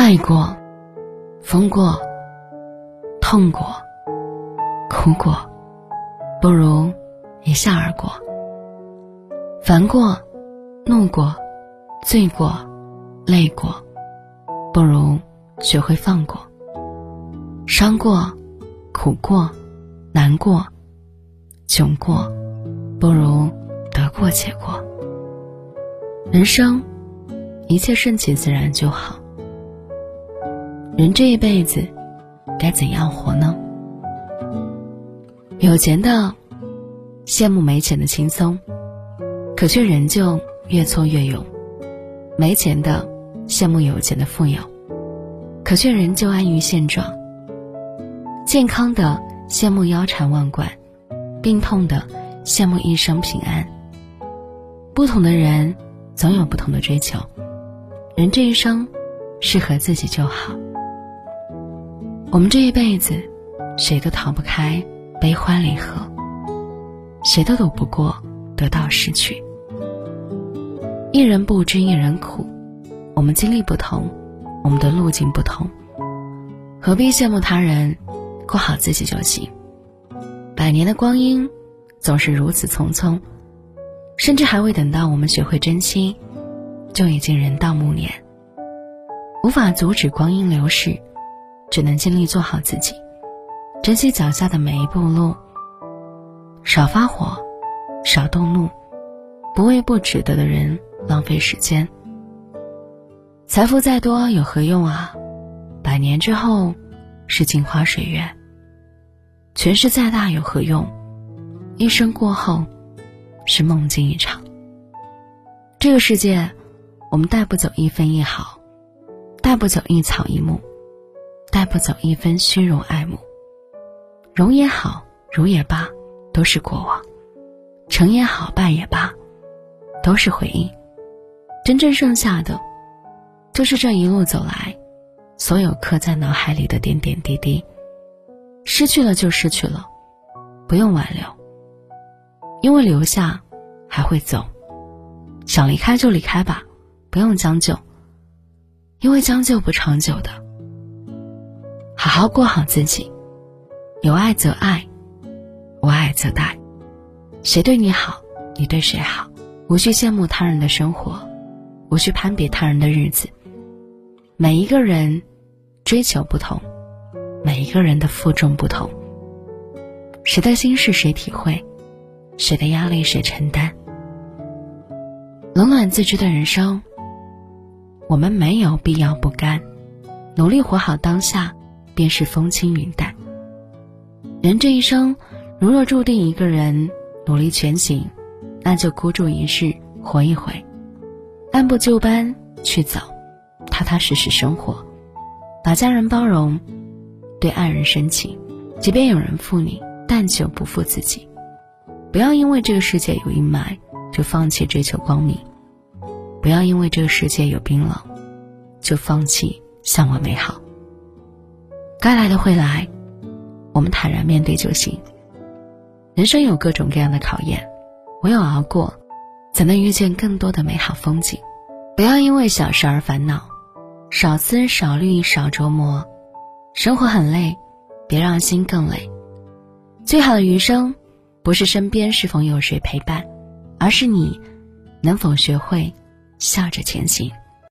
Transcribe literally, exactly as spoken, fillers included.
爱过，疯过，痛过，哭过，不如一笑而过。烦过，怒过，醉过，累过，不如学会放过。伤过，苦过，难过，窘过，不如得过且过。人生一切顺其自然就好。人这一辈子该怎样活呢？有钱的羡慕没钱的轻松，可却仍旧越挫越勇；没钱的羡慕有钱的富有，可却仍旧安于现状；健康的羡慕腰缠万贯，病痛的羡慕一生平安。不同的人总有不同的追求，人这一生适合自己就好。我们这一辈子谁都逃不开悲欢离合，谁都躲不过得到失去。一人不知一人苦，我们经历不同，我们的路径不同，何必羡慕他人，过好自己就行。百年的光阴总是如此匆匆，甚至还未等到我们学会珍惜，就已经人到暮年。无法阻止光阴流逝，只能尽力做好自己，珍惜脚下的每一步路，少发火，少动怒，不为不值得的人浪费时间。财富再多有何用啊？百年之后是镜花水月。权势再大有何用？一生过后是梦境一场。这个世界，我们带不走一分一毫，带不走一草一木，带不走一分虚荣爱慕。荣也好，辱也罢，都是过往；成也好，败也罢，都是回忆。真正剩下的，就是这一路走来所有刻在脑海里的点点滴滴。失去了就失去了，不用挽留，因为留下还会走。想离开就离开吧，不用将就，因为将就不长久的。好好过好自己，有爱则爱，无爱则待。谁对你好，你对谁好，无需羡慕他人的生活，无需攀比他人的日子。每一个人追求不同，每一个人的负重不同，谁的心事谁体会，谁的压力谁承担。冷暖自知的人生，我们没有必要不甘，努力活好当下，便是风轻云淡。人这一生，如若注定一个人努力前行，那就孤注一掷，活一回，按部就班去走，踏踏实实生活，把家人包容，对爱人深情，即便有人负你，但求不负自己。不要因为这个世界有阴霾就放弃追求光明，不要因为这个世界有冰冷就放弃向往美好。该来的会来，我们坦然面对就行。人生有各种各样的考验，唯有熬过，才能遇见更多的美好风景。不要因为小事而烦恼，少思少虑少琢磨。生活很累，别让心更累。最好的余生，不是身边是否有谁陪伴，而是你能否学会笑着前行。